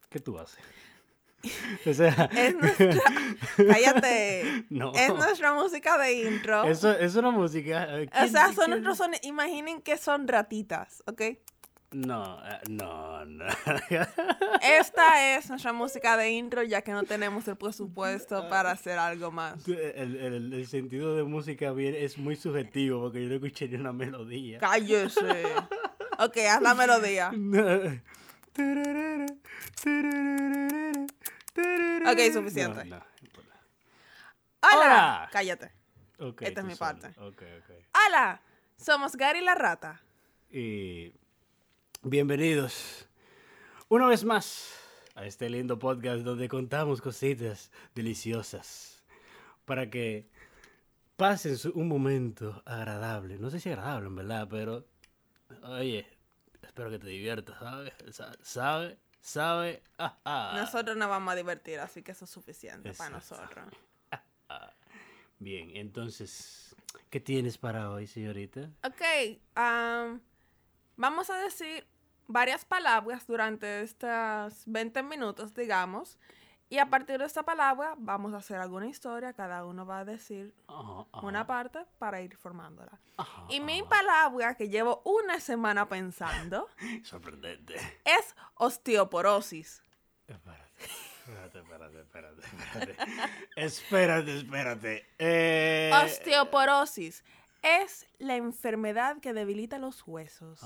¿Qué tú haces? O sea... Es nuestra... Cállate. No. Es nuestra música de intro. Eso es una música... O sea, son nuestros sonidos. Imaginen que son ratitas, ¿ok? No. Esta es nuestra música de intro, ya que no tenemos el presupuesto para hacer algo más. El sentido de música bien es muy subjetivo porque yo no escuché ni una melodía. Cállese. Ok, haz la melodía. Ok, suficiente. No. ¡Hola! ¡Hola! Cállate. Okay, Esta es mi solo. parte. Okay. ¡Hola! Somos Gary la Rata. Y bienvenidos una vez más a este lindo podcast donde contamos cositas deliciosas para que pasen un momento agradable. No sé si agradable, en verdad, pero oye, espero que te diviertas, ¿sabes? ¿Sabe? Nosotros nos vamos a divertir, así que eso es suficiente Exacto. para nosotros. Bien, entonces, ¿qué tienes para hoy, señorita? Ok, vamos a decir varias palabras durante estos 20 minutos, digamos. Y a partir de esta palabra vamos a hacer alguna historia. Cada uno va a decir una parte para ir formándola. Y mi palabra, que llevo una semana pensando, Sorprendente. es osteoporosis. Espérate. Osteoporosis es la enfermedad que debilita los huesos.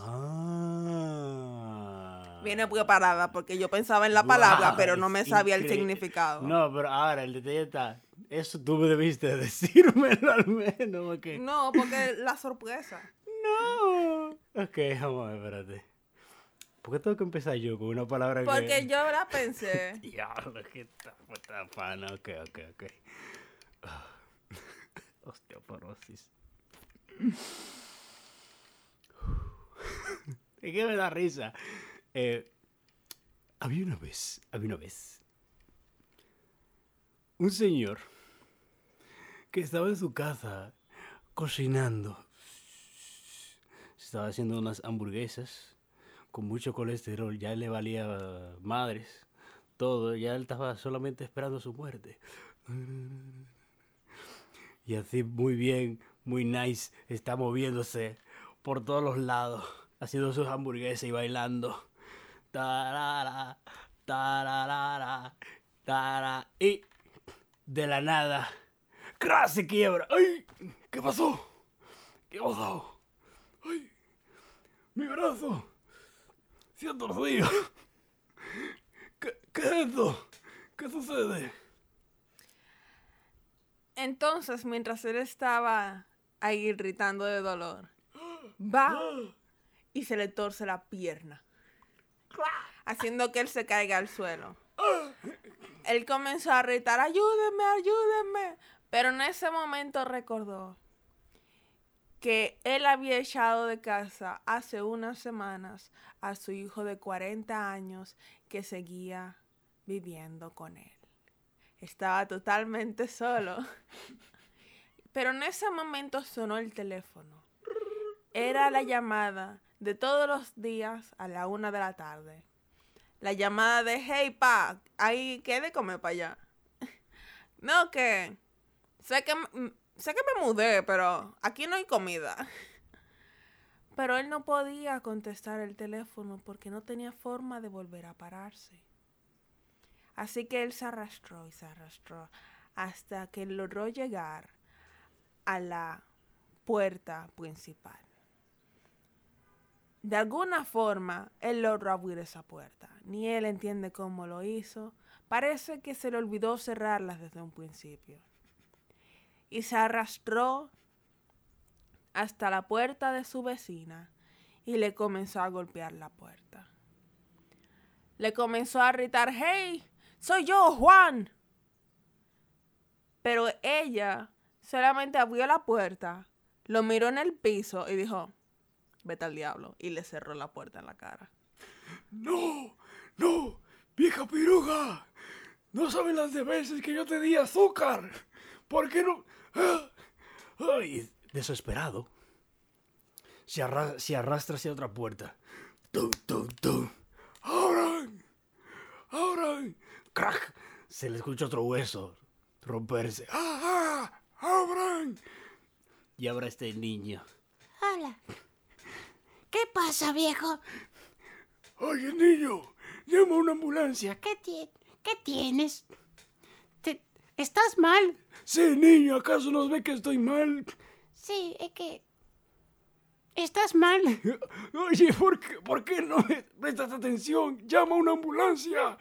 Viene preparada porque yo pensaba en la palabra, Wow, pero no me sabía el increíble. significado. No, pero ahora el detalle está. Eso tú me debiste decírmelo al menos. Porque... No, porque la sorpresa. No. Ok, vamos a ver, espérate. ¿Por qué tengo que empezar yo con una palabra que...? Porque yo la pensé. Diablo, que está pana. Ok. Osteoporosis. Es que me da risa. Había una vez un señor que estaba en su casa cocinando. Se estaba haciendo unas hamburguesas con mucho colesterol. Ya le valía madres todo. Ya él estaba solamente esperando su muerte. Y así muy bien, muy nice, está moviéndose por todos los lados, haciendo sus hamburguesas y bailando. Tarara, tarara, tarara. Y de la nada, ¡crash! Se quiebra. ¡Ay! ¿Qué pasó? ¡Ay! ¡Mi brazo! ¡Se ha torcido! ¿Qué es esto? ¿Qué sucede? Entonces, mientras él estaba ahí gritando de dolor, va y se le torce la pierna, haciendo que él se caiga al suelo. Él comenzó a gritar, ayúdenme. Pero en ese momento recordó que él había echado de casa hace unas semanas a su hijo de 40 años que seguía viviendo con él. Estaba totalmente solo. Pero en ese momento sonó el teléfono. Era la llamada de todos los días a la 1 de la tarde. La llamada de, hey, pa, ahí, ¿qué de comer para allá? No, que sé que me mudé, pero aquí no hay comida. Pero él no podía contestar el teléfono porque no tenía forma de volver a pararse. Así que él se arrastró hasta que logró llegar a la puerta principal. De alguna forma, él logró abrir esa puerta. Ni él entiende cómo lo hizo. Parece que se le olvidó cerrarlas desde un principio. Y se arrastró hasta la puerta de su vecina y le comenzó a golpear la puerta. Le comenzó a gritar, hey, soy yo, Juan. Pero ella solamente abrió la puerta, lo miró en el piso y dijo, vete al diablo. Y le cerró la puerta en la cara. No, vieja piruja. No sabes las de veces que yo te di azúcar. ¿Por qué no? Ay, desesperado, se arrastra hacia otra puerta. ¡Tum! ¡Abran! se le escucha otro hueso romperse. ¡Ah! ¡Abran! Y abra este niño. Hola. ¿Qué pasa, viejo? Oye, niño, llama a una ambulancia. ¿Qué tienes? ¿Estás mal? Sí, niño, ¿acaso no ve que estoy mal? Sí, es que... ¿Estás mal? Oye, ¿por qué no me prestas atención? ¡Llama a una ambulancia!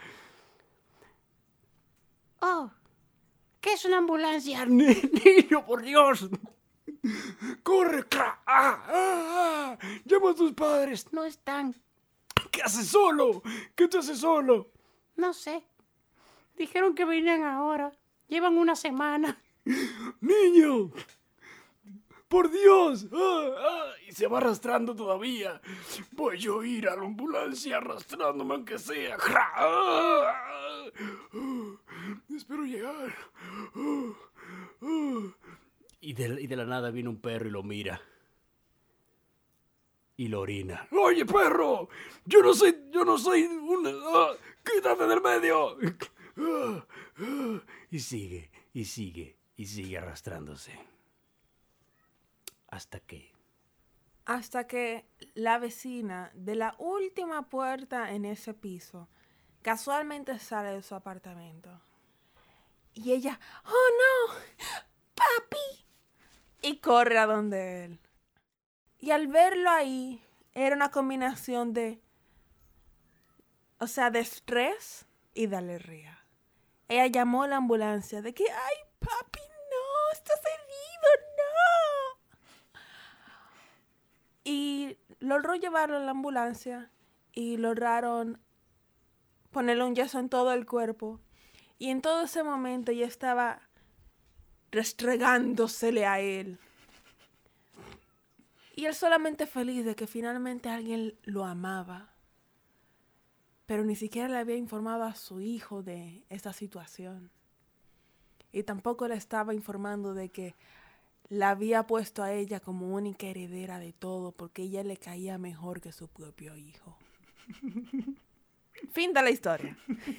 Oh, ¿qué es una ambulancia? Niño, por Dios. ¡Corre! ¡Llama a tus padres! No están. ¿Qué haces solo? ¿Qué te haces solo? No sé. Dijeron que venían ahora. Llevan una semana. ¡Niño! ¡Por Dios! Y se va arrastrando todavía. Voy yo a ir a la ambulancia arrastrándome aunque sea. Espero llegar. Y de la nada viene un perro y lo mira. Y lo orina. ¡Oye, perro! Yo no soy un... ¡Quítate del medio! Y sigue arrastrándose. Hasta que la vecina de la última puerta en ese piso casualmente sale de su apartamento. Y ella, ¡oh no! ¡Papi! Y corre a donde él. Y al verlo ahí, era una combinación de estrés y de alegría. Ella llamó a la ambulancia de que, ¡ay, papi, no! ¡Estás herido, no! Y logró llevarlo a la ambulancia y lograron ponerle un yeso en todo el cuerpo. Y en todo ese momento ella estaba restregándosele a él. Y él solamente feliz de que finalmente alguien lo amaba. Pero ni siquiera le había informado a su hijo de esta situación. Y tampoco le estaba informando de que la había puesto a ella como única heredera de todo porque ella le caía mejor que su propio hijo. Fin de la historia.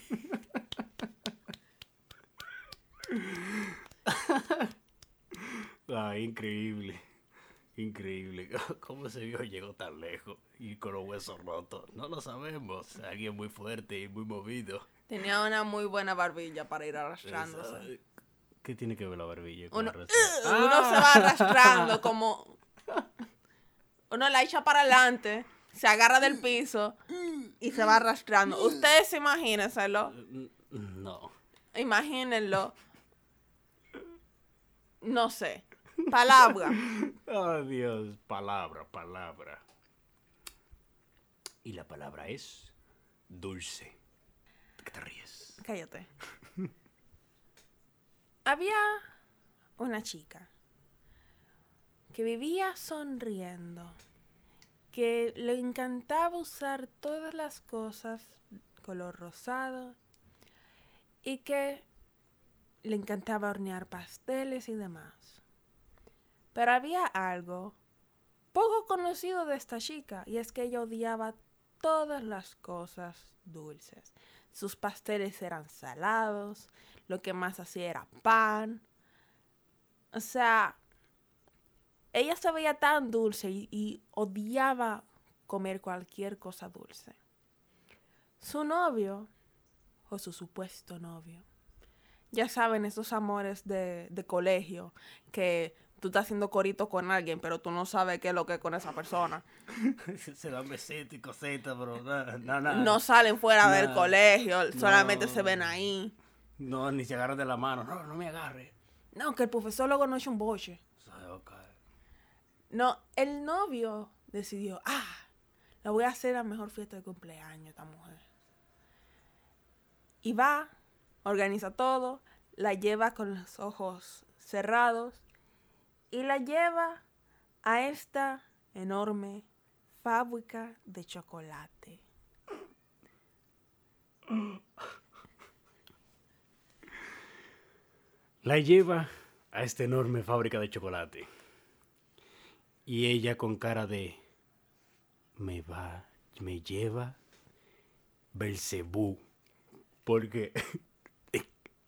Increíble. Increíble. ¿Cómo ese viejo llegó tan lejos y con los huesos rotos? No lo sabemos. Alguien muy fuerte y muy movido. Tenía una muy buena barbilla para ir arrastrándose. ¿Qué tiene que ver la barbilla con Uno arrastrar? se va arrastrando como... Uno la echa para adelante, se agarra del piso y se va arrastrando. Ustedes imagínenselo. No. Imagínenlo. No sé. Palabra. Oh, Dios. Palabra. Y la palabra es dulce. ¿De qué te ríes? Cállate. Había una chica que vivía sonriendo, que le encantaba usar todas las cosas color rosado y que le encantaba hornear pasteles y demás. Pero había algo poco conocido de esta chica y es que ella odiaba todas las cosas dulces. Sus pasteles eran salados, lo que más hacía era pan. O sea, ella se veía tan dulce y odiaba comer cualquier cosa dulce. Su novio, o su supuesto novio, ya saben, esos amores de colegio, que tú estás haciendo corito con alguien, pero tú no sabes qué es lo que es con esa persona. Se dan besitos y cositas, pero No salen fuera del colegio, solamente se ven ahí. No, ni se agarran de la mano. No me agarre. No, que el profesor luego no echa un boche. Okay. No, el novio decidió, le voy a hacer la mejor fiesta de cumpleaños a esta mujer. Y va, organiza todo, la lleva con los ojos cerrados y la lleva a esta enorme fábrica de chocolate. La lleva a esta enorme fábrica de chocolate. Y ella con cara de... me lleva Belcebú. Porque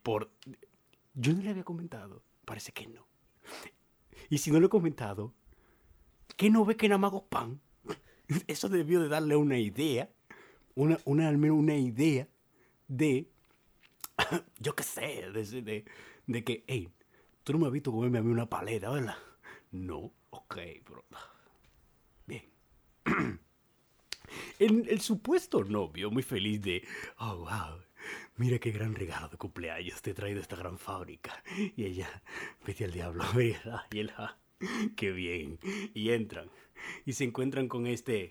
Yo no le había comentado. Parece que no. Y si no le he comentado, ¿qué no ve que nada más hago pan? Eso debió de darle una idea. Al menos una idea de... yo qué sé, de que, hey, tú no me has visto comerme a mí una paleta, ¿verdad? No, ok, pero... Bien. El supuesto novio, muy feliz de, oh, wow, mira qué gran regalo de cumpleaños te he traído esta gran fábrica. Y ella, vete al diablo, ¿verdad? Y él, qué bien. Y entran y se encuentran con este...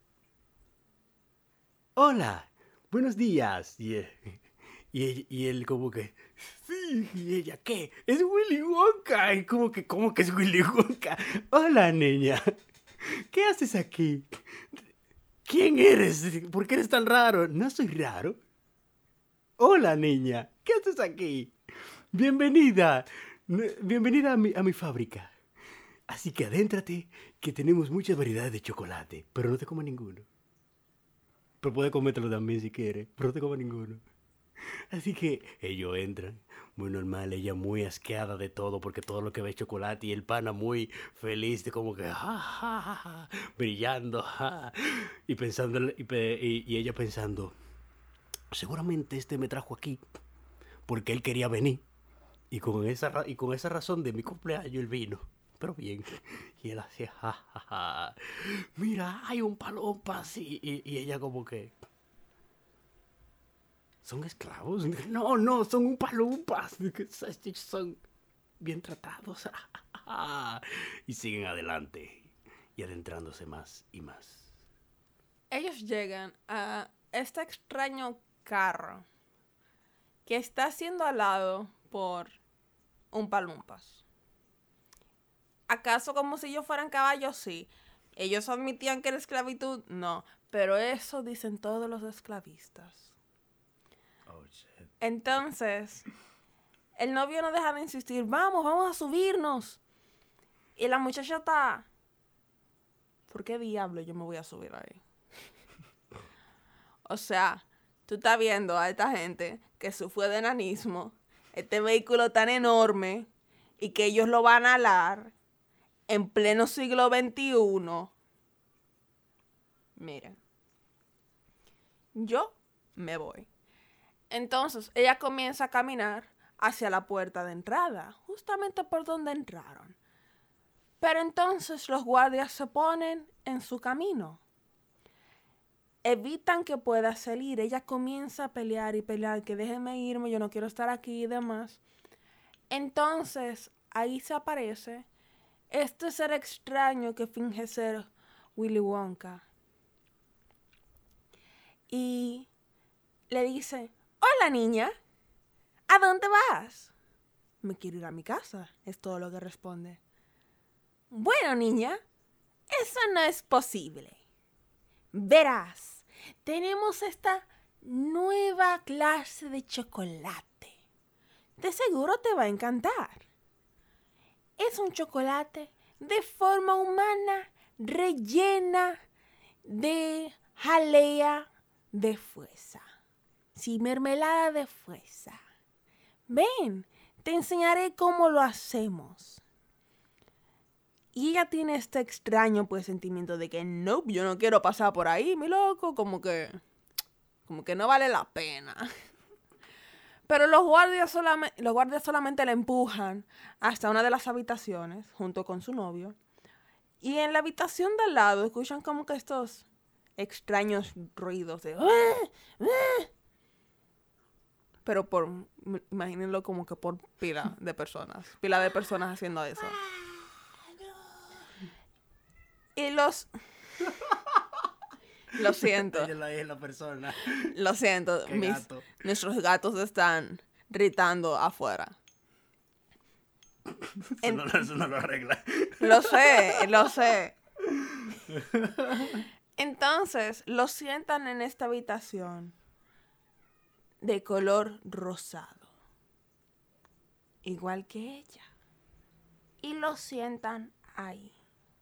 Hola, buenos días. Y él como que, sí, y ella, ¿qué? Es Willy Wonka. Y como que, ¿cómo que es Willy Wonka? Hola, niña. ¿Qué haces aquí? ¿Quién eres? ¿Por qué eres tan raro? No soy raro. Hola, niña. ¿Qué haces aquí? Bienvenida. Bienvenida a mi fábrica. Así que adéntrate, que tenemos muchas variedades de chocolate, pero no te comas ninguno. Pero puedes comértelo también si quieres, pero no te comas ninguno. Así que ellos entran, muy normal, ella muy asqueada de todo, porque todo lo que ve es chocolate, y el pana muy feliz, de como que, brillando, y pensando, y ella pensando, seguramente este me trajo aquí, porque él quería venir, y con esa razón de mi cumpleaños él vino. Pero bien, y él hacía, mira, hay un palompas, y ella como que... ¿Son esclavos? No, son un palumpas. Son bien tratados. Y siguen adelante y adentrándose más y más. Ellos llegan a este extraño carro que está siendo alado por un palumpas. ¿Acaso como si ellos fueran caballos? Sí. ¿Ellos admitían que la esclavitud? No. Pero eso dicen todos los esclavistas. Oh, shit. Entonces, el novio no deja de insistir, vamos a subirnos. Y la muchacha está, ¿por qué diablo yo me voy a subir ahí? O sea, tú estás viendo a esta gente que sufre de enanismo, este vehículo tan enorme, y que ellos lo van a alar en pleno siglo XXI. Miren, yo me voy. Entonces, ella comienza a caminar hacia la puerta de entrada, justamente por donde entraron. Pero entonces los guardias se ponen en su camino. Evitan que pueda salir. Ella comienza a pelear y pelear, que déjenme irme, yo no quiero estar aquí y demás. Entonces, ahí se aparece este ser extraño que finge ser Willy Wonka. Y le dice, hola niña, ¿a dónde vas? Me quiero ir a mi casa, es todo lo que responde. Bueno, niña, eso no es posible. Verás, tenemos esta nueva clase de chocolate. De seguro te va a encantar. Es un chocolate de forma humana, rellena de jalea de fresa. Sí, mermelada de fresa. Ven, te enseñaré cómo lo hacemos. Y ella tiene este extraño presentimiento de que no, yo no quiero pasar por ahí, mi loco, como que no vale la pena. Pero los guardias solamente la empujan hasta una de las habitaciones junto con su novio. Y en la habitación de al lado escuchan como que estos extraños ruidos de... Pero imagínenlo como que por pila de personas haciendo eso. Y lo siento. Ella es la persona. Lo siento. Nuestros gatos están gritando afuera. Eso no lo arregla. Lo sé. Entonces, lo sientan en esta habitación de color rosado. Igual que ella. Y lo sientan ahí.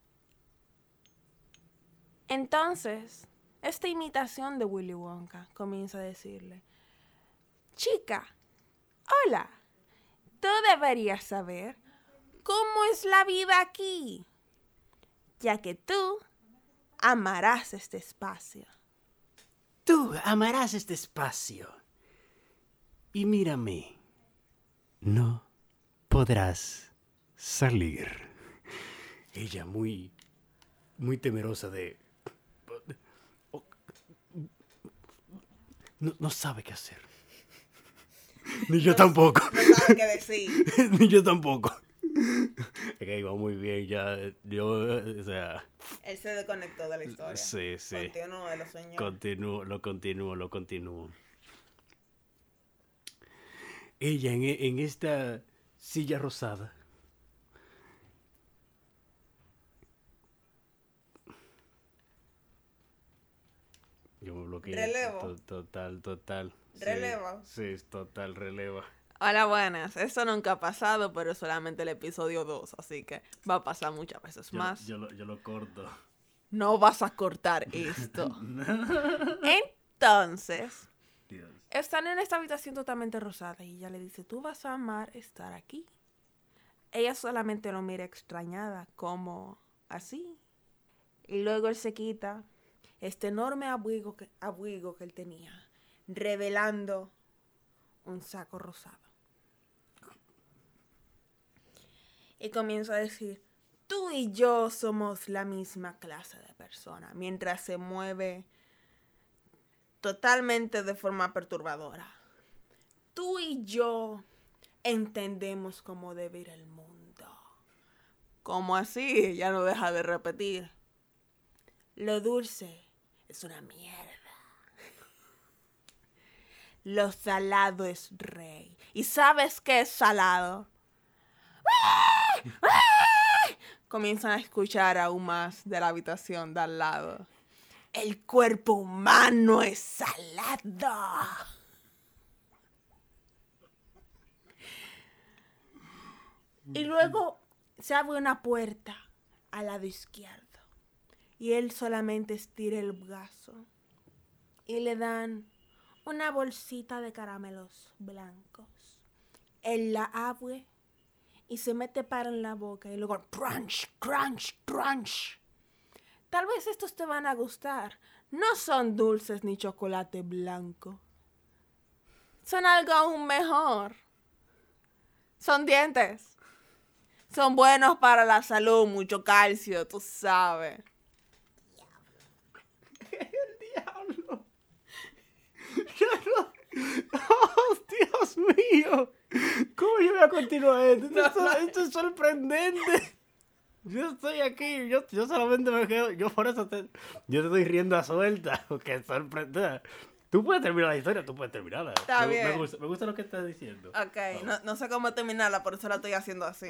Entonces, esta imitación de Willy Wonka comienza a decirle, chica, Hola, tú deberías saber cómo es la vida aquí, ya que tú amarás este espacio. Tú amarás este espacio. Y mírame. No podrás salir. Ella muy temerosa de... No sabe qué hacer. Ni yo tampoco. No sabes qué decir. Ni yo tampoco. Es que iba muy bien ya. Yo, o sea... Él se desconectó de la historia. Sí. Continúa, lo señor. Lo continúo. Ella en esta silla rosada. Yo me bloqueé. Relevo. Total. Relevo. Sí, total, releva. Hola, buenas. Eso nunca ha pasado, pero es solamente el episodio 2, así que va a pasar muchas veces más. Yo lo corto. No vas a cortar esto. Entonces, Dios. están en esta habitación totalmente rosada y ella le dice, tú vas a amar estar aquí. Ella solamente lo mira extrañada, como así. Y luego él se quita este enorme abrigo que él tenía, revelando un saco rosado. Y comienza a decir, tú y yo somos la misma clase de persona, mientras se mueve totalmente de forma perturbadora. Tú y yo entendemos cómo debe ir el mundo. ¿Cómo así? Ella no deja de repetir. Lo dulce es una mierda. Lo salado es rey. ¿Y sabes qué es salado? Comienzan a escuchar aún más de la habitación de al lado. El cuerpo humano es salado. Y luego se abre una puerta al lado izquierdo. Y él solamente estira el brazo. Y le dan una bolsita de caramelos blancos. Él la abre y se mete para en la boca. Y luego crunch, crunch, crunch. Tal vez estos te van a gustar. No son dulces ni chocolate blanco. Son algo aún mejor. Son dientes. Son buenos para la salud, mucho calcio, tú sabes. ¡El diablo! ¡Oh, Dios mío! ¿Cómo yo voy a continuar esto? Esto es sorprendente. Yo estoy aquí, yo solamente me quedo, yo por eso yo te estoy riendo a suelta, porque es sorprendente. Tú puedes terminar la historia, tú puedes terminarla. Está bien. Me gusta lo que estás diciendo. Ok, no sé cómo terminarla, por eso la estoy haciendo así.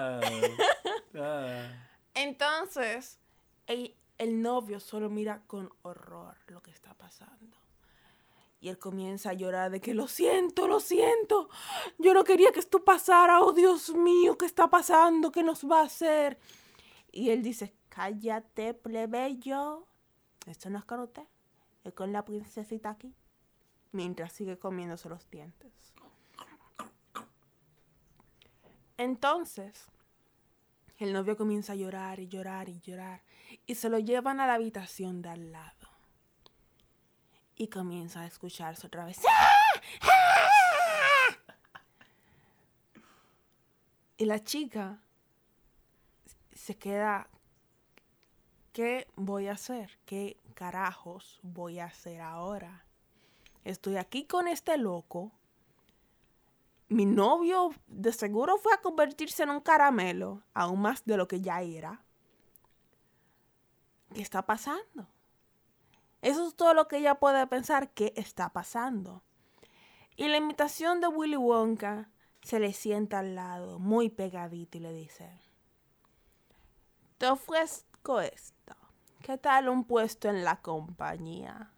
Entonces, el novio solo mira con horror lo que está pasando. Y él comienza a llorar de que lo siento. Yo no quería que esto pasara. Oh, Dios mío, ¿qué está pasando? ¿Qué nos va a hacer? Y él dice, cállate, plebeyo. Esto no es con usted, es con la princesita aquí. Mientras sigue comiéndose los dientes. Entonces, el novio comienza a llorar y llorar y llorar. Y se lo llevan a la habitación de al lado. Y comienza a escucharse otra vez. Y la chica se queda, ¿qué voy a hacer? ¿Qué carajos voy a hacer ahora? Estoy aquí con este loco. Mi novio de seguro fue a convertirse en un caramelo, aún más de lo que ya era. ¿Qué está pasando? Eso es todo lo que ella puede pensar que está pasando. Y la imitación de Willy Wonka se le sienta al lado, muy pegadito, y le dice, te ofrezco esto. ¿Qué tal un puesto en la compañía?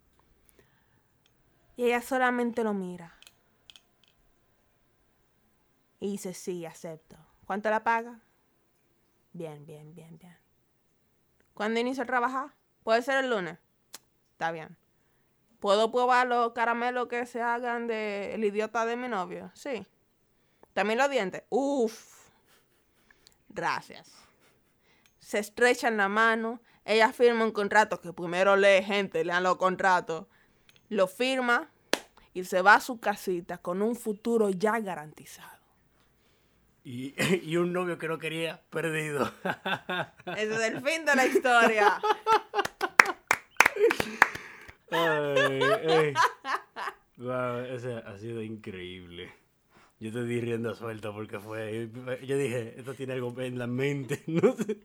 Y ella solamente lo mira. Y dice, sí, acepto. ¿Cuánto la paga? Bien. ¿Cuándo inicio a trabajar? ¿Puede ser el lunes? Está bien. ¿Puedo probar los caramelos que se hagan de el idiota de mi novio? Sí. También los dientes. Uf. Gracias. Se estrechan la mano. Ella firma un contrato que primero lee gente, lean los contratos. Lo firma y se va a su casita con un futuro ya garantizado. Y un novio que no quería, perdido. Ese es el fin de la historia. Ay. Wow, ese ha sido increíble. Yo te di rienda suelta porque fue... Yo dije, esto tiene algo en la mente. No sé.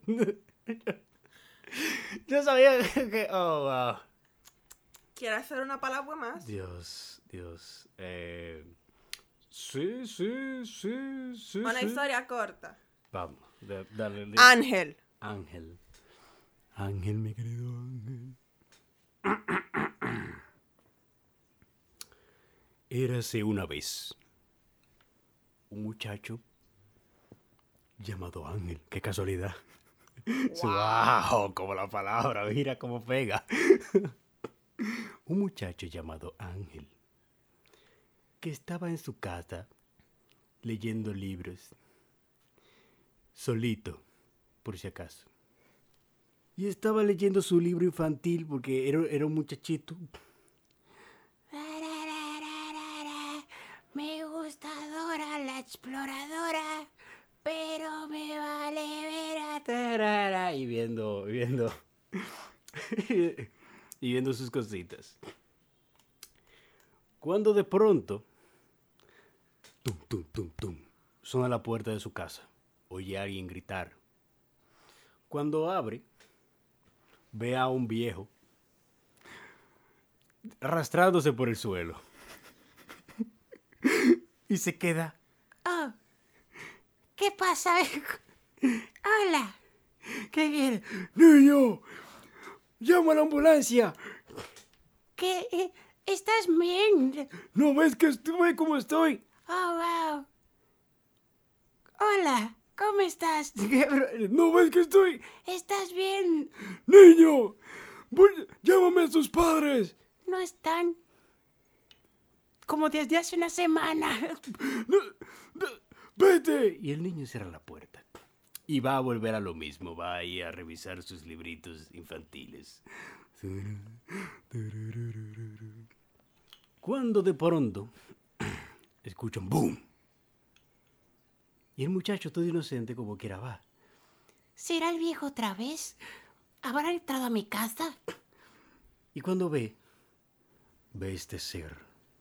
Yo sabía que... Oh, wow. ¿Quieres hacer una palabra más? Dios. Sí. Una sí. historia corta. Vamos, dale. Ángel. Ángel, mi querido Ángel. Érase una vez un muchacho llamado Ángel. ¡Qué casualidad! ¡Wow! Como la palabra, mira cómo pega. Un muchacho llamado Ángel que estaba en su casa leyendo libros, solito, por si acaso. Y estaba leyendo su libro infantil porque era un muchachito. Me gusta Dora la exploradora, pero me vale ver a... Tarara, y viendo y viendo sus cositas. Cuando de pronto tum, suena la puerta de su casa. Oye a alguien gritar. Cuando abre, ve a un viejo arrastrándose por el suelo. Y se queda. Oh, ¿qué pasa? Hola. ¿Qué quiere? ¡Niño! ¡Llama a la ambulancia! ¿Qué? ¿Estás bien? ¿No ves que estuve como estoy? Oh, wow. Hola, ¿cómo estás? ¿No ves que estoy? ¿Estás bien? ¡Niño! ¡Llámame a tus padres! No están. Como desde hace una semana. ¡Vete! Y el niño cierra la puerta. Y va a volver a lo mismo. Va a ir a revisar sus libritos infantiles. Cuando de pronto escuchan ¡boom! Y el muchacho, todo inocente, como quiera va. ¿Será el viejo otra vez? ¿Habrá entrado a mi casa? Y cuando ve este ser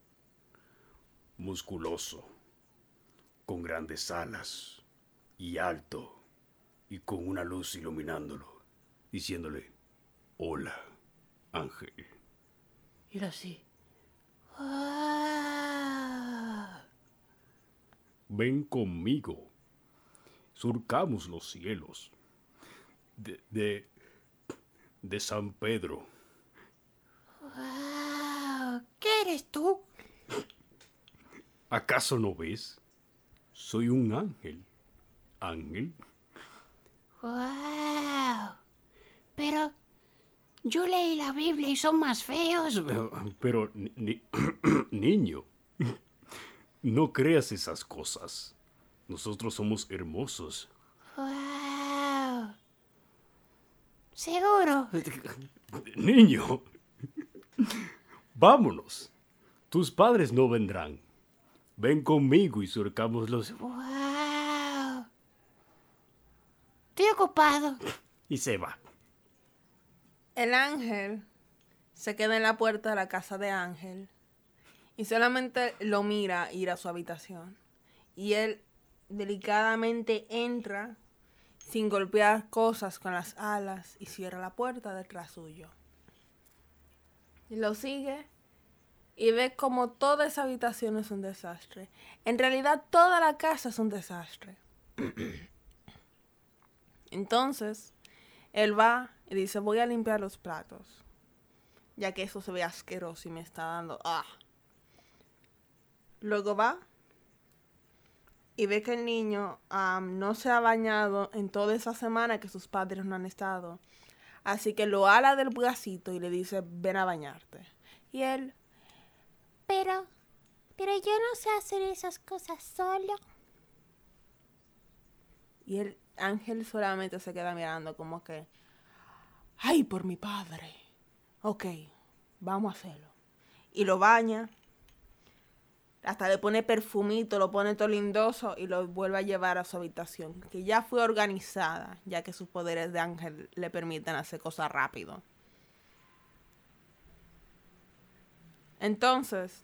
musculoso, con grandes alas y alto, y con una luz iluminándolo, diciéndole, hola, Ángel. Y era así. ¡Ah! Ven conmigo, surcamos los cielos de San Pedro. ¡Wow! ¿Qué eres tú? ¿Acaso no ves? Soy un ángel. ¿Ángel? ¡Wow! Pero yo leí la Biblia y son más feos. Pero niño, no creas esas cosas. Nosotros somos hermosos. ¡Wow! ¿Seguro? Niño, vámonos. Tus padres no vendrán. Ven conmigo y surcamos los... ¡Wow! Estoy ocupado. Y se va. El ángel se queda en la puerta de la casa de Ángel y solamente lo mira ir a su habitación. Y él delicadamente entra sin golpear cosas con las alas y cierra la puerta detrás suyo. Y lo sigue y ve como toda esa habitación es un desastre. En realidad toda la casa es un desastre. Entonces, él va y dice, voy a limpiar los platos, ya que eso se ve asqueroso y me está dando... ¡ah! Luego va y ve que el niño no se ha bañado en toda esa semana que sus padres no han estado. Así que lo ala del bracito y le dice, ven a bañarte. Y él, Pero yo no sé hacer esas cosas solo. y el ángel solamente se queda mirando como que, ¡ay, por mi padre! Ok, vamos a hacerlo. Y lo baña, hasta le pone perfumito, lo pone todo lindoso y lo vuelve a llevar a su habitación, que ya fue organizada, ya que sus poderes de ángel le permiten hacer cosas rápido. Entonces,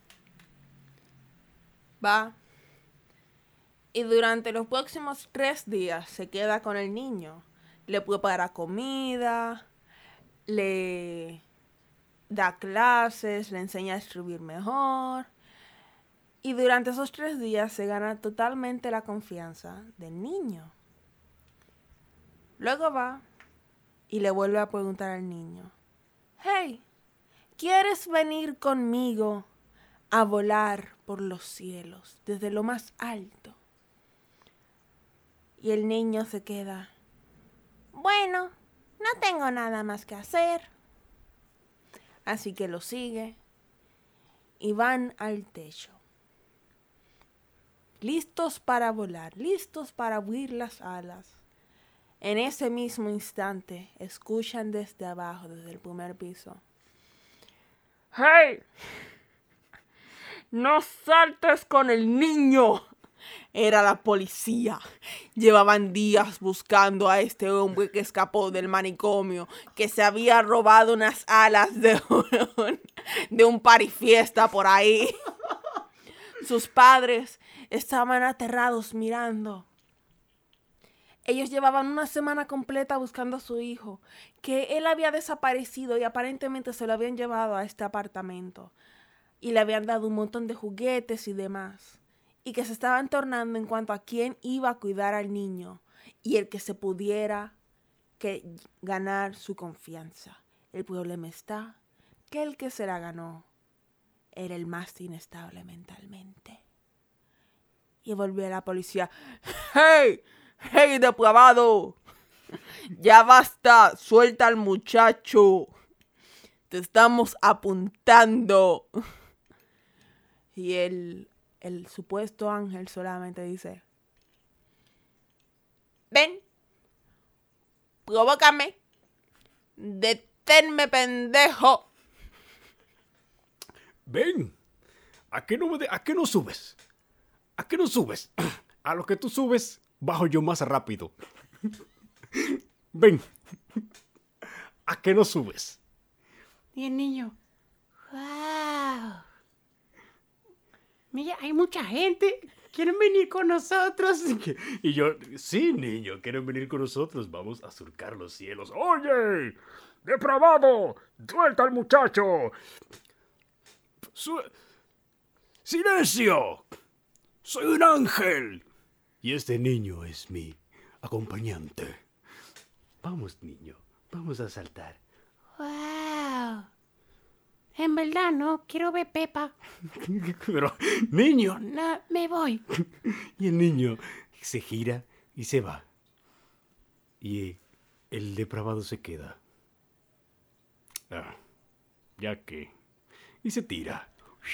va y durante los próximos 3 días se queda con el niño. Le prepara comida, le da clases, le enseña a escribir mejor. Y durante esos 3 días se gana totalmente la confianza del niño. Luego va y le vuelve a preguntar al niño, hey, ¿quieres venir conmigo a volar por los cielos desde lo más alto? Y el niño se queda, Bueno, no tengo nada más que hacer. así que lo sigue y van al techo. Listos para volar, listos para abrir las alas. En ese mismo instante, escuchan desde abajo, desde el primer piso. ¡Hey! ¡No saltes con el niño! Era la policía. Llevaban días buscando a este hombre que escapó del manicomio, que se había robado unas alas de un parifiesta por ahí. Sus padres estaban aterrados mirando. Ellos llevaban una semana completa buscando a su hijo, que él había desaparecido y aparentemente se lo habían llevado a este apartamento. Y le habían dado un montón de juguetes y demás. Y que se estaban tornando en cuanto a quién iba a cuidar al niño y el que se pudiera ganar su confianza. El problema está que el que se la ganó era el más inestable mentalmente. Y volvió a la policía. ¡Hey! ¡Hey, depravado! ¡Ya basta! ¡Suelta al muchacho! ¡Te estamos apuntando! Y el supuesto ángel solamente dice, ven, provócame, deténme, pendejo. Ven, ¿a qué no subes? ¿A qué no subes? A lo que tú subes, bajo yo más rápido. Ven, ¿a qué no subes? Y el niño, wow. Mira, hay mucha gente. ¿Quieren venir con nosotros? Y yo, sí, niño, quieren venir con nosotros. Vamos a surcar los cielos. ¡Oye! ¡Depravado! ¡Suelta al muchacho! ¡Silencio! ¡Soy un ángel! Y este niño es mi acompañante. Vamos, niño, vamos a saltar. Wow. En verdad no, quiero ver Pepa. Pero, niño, No, me voy. y el niño se gira y se va. Y el depravado se queda. Ah, ya que. Y se tira.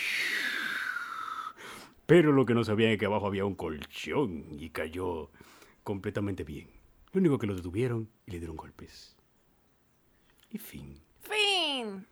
Pero lo que no sabía es que abajo había un colchón y cayó completamente bien. Lo único que lo detuvieron y le dieron golpes. Y fin. Fin.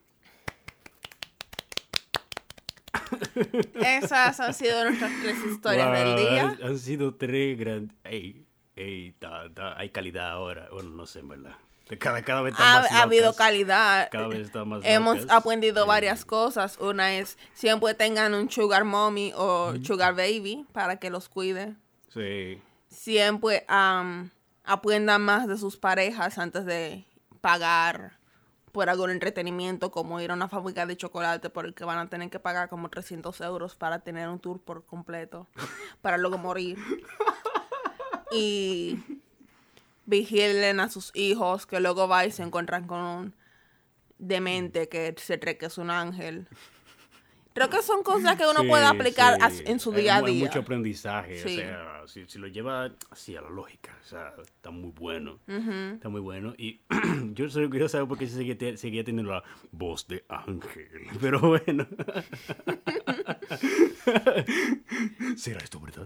Esas han sido nuestras 3 historias del día. Han sido 3 grandes. Hay calidad ahora. Bueno, no sé, en verdad. Cada vez está más Ha habido locas. calidad. Cada vez está más Hemos locas. aprendido varias cosas. Una es, siempre tengan un sugar mommy o sugar baby para que los cuide. Sí. Siempre aprendan más de sus parejas antes de pagar por algún entretenimiento, como ir a una fábrica de chocolate por el que van a tener que pagar como 300 euros para tener un tour por completo, para luego morir. Y vigilen a sus hijos, que luego va y se encuentran con un demente que se cree que es un ángel. Creo que son cosas que uno Sí, puede aplicar sí. en su día a Hay día. mucho aprendizaje, Sí. o sea, si lo lleva así a la lógica, o sea, está muy bueno. Está muy bueno. Y yo solo quiero saber por qué seguía teniendo la voz de ángel. Pero bueno. ¿Será esto verdad?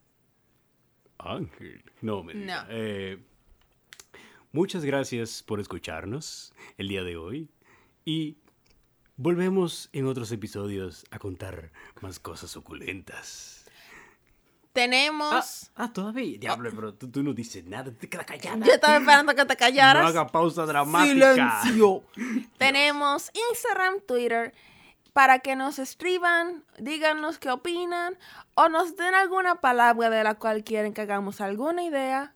Ángel. No, me diga. No. Muchas gracias por escucharnos el día de hoy. Y volvemos en otros episodios a contar más cosas suculentas. Tenemos... Todavía. Diablo, pero tú no dices nada, te quedas callada. Yo estaba esperando que te callaras. No haga pausa dramática. Silencio. Tenemos Instagram, Twitter, para que nos escriban, díganos qué opinan o nos den alguna palabra de la cual quieren que hagamos alguna idea.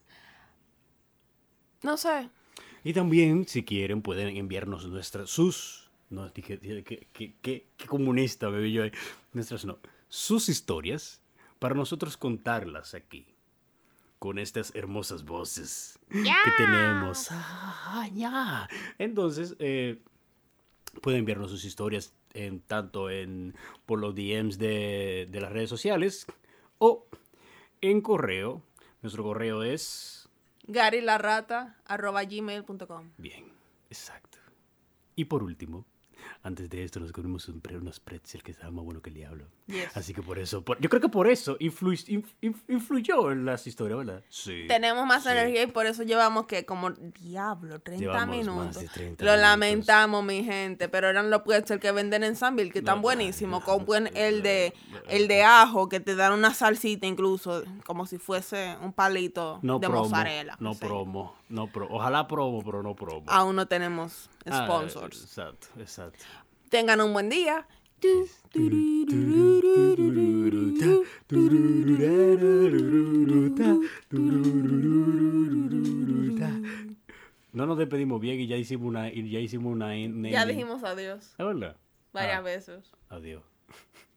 No sé. Y también, si quieren, pueden enviarnos sus... No, dije, qué comunista me vi yo ahí. Sus historias para nosotros contarlas aquí. Con estas hermosas voces que tenemos. Ya. Entonces, pueden enviarnos sus historias tanto por los DMs de las redes sociales o en correo. Nuestro correo es... GaryLarrata@gmail.com. Bien, exacto. Y por último, antes de esto nos comimos unos pretzels que estaban más buenos que el diablo. Yes. Así que por eso, yo creo que por eso influyó en las historias, ¿verdad? Sí. Tenemos más sí. energía y por eso llevamos que como diablo, 30 Llevamos minutos. más de 30 Lo minutos. lamentamos, mi gente, pero eran los pretzels que venden en Sanville, que están buenísimos. Compren el de ajo, que te dan una salsita incluso, como si fuese un palito No de promo, mozzarella. no Sí. promo. Ojalá promo, pero no promo. Aún no tenemos sponsors. Exacto. Tengan un buen día. No nos despedimos bien y ya hicimos una Ya dijimos adiós ¿Es verdad? varias veces. Adiós.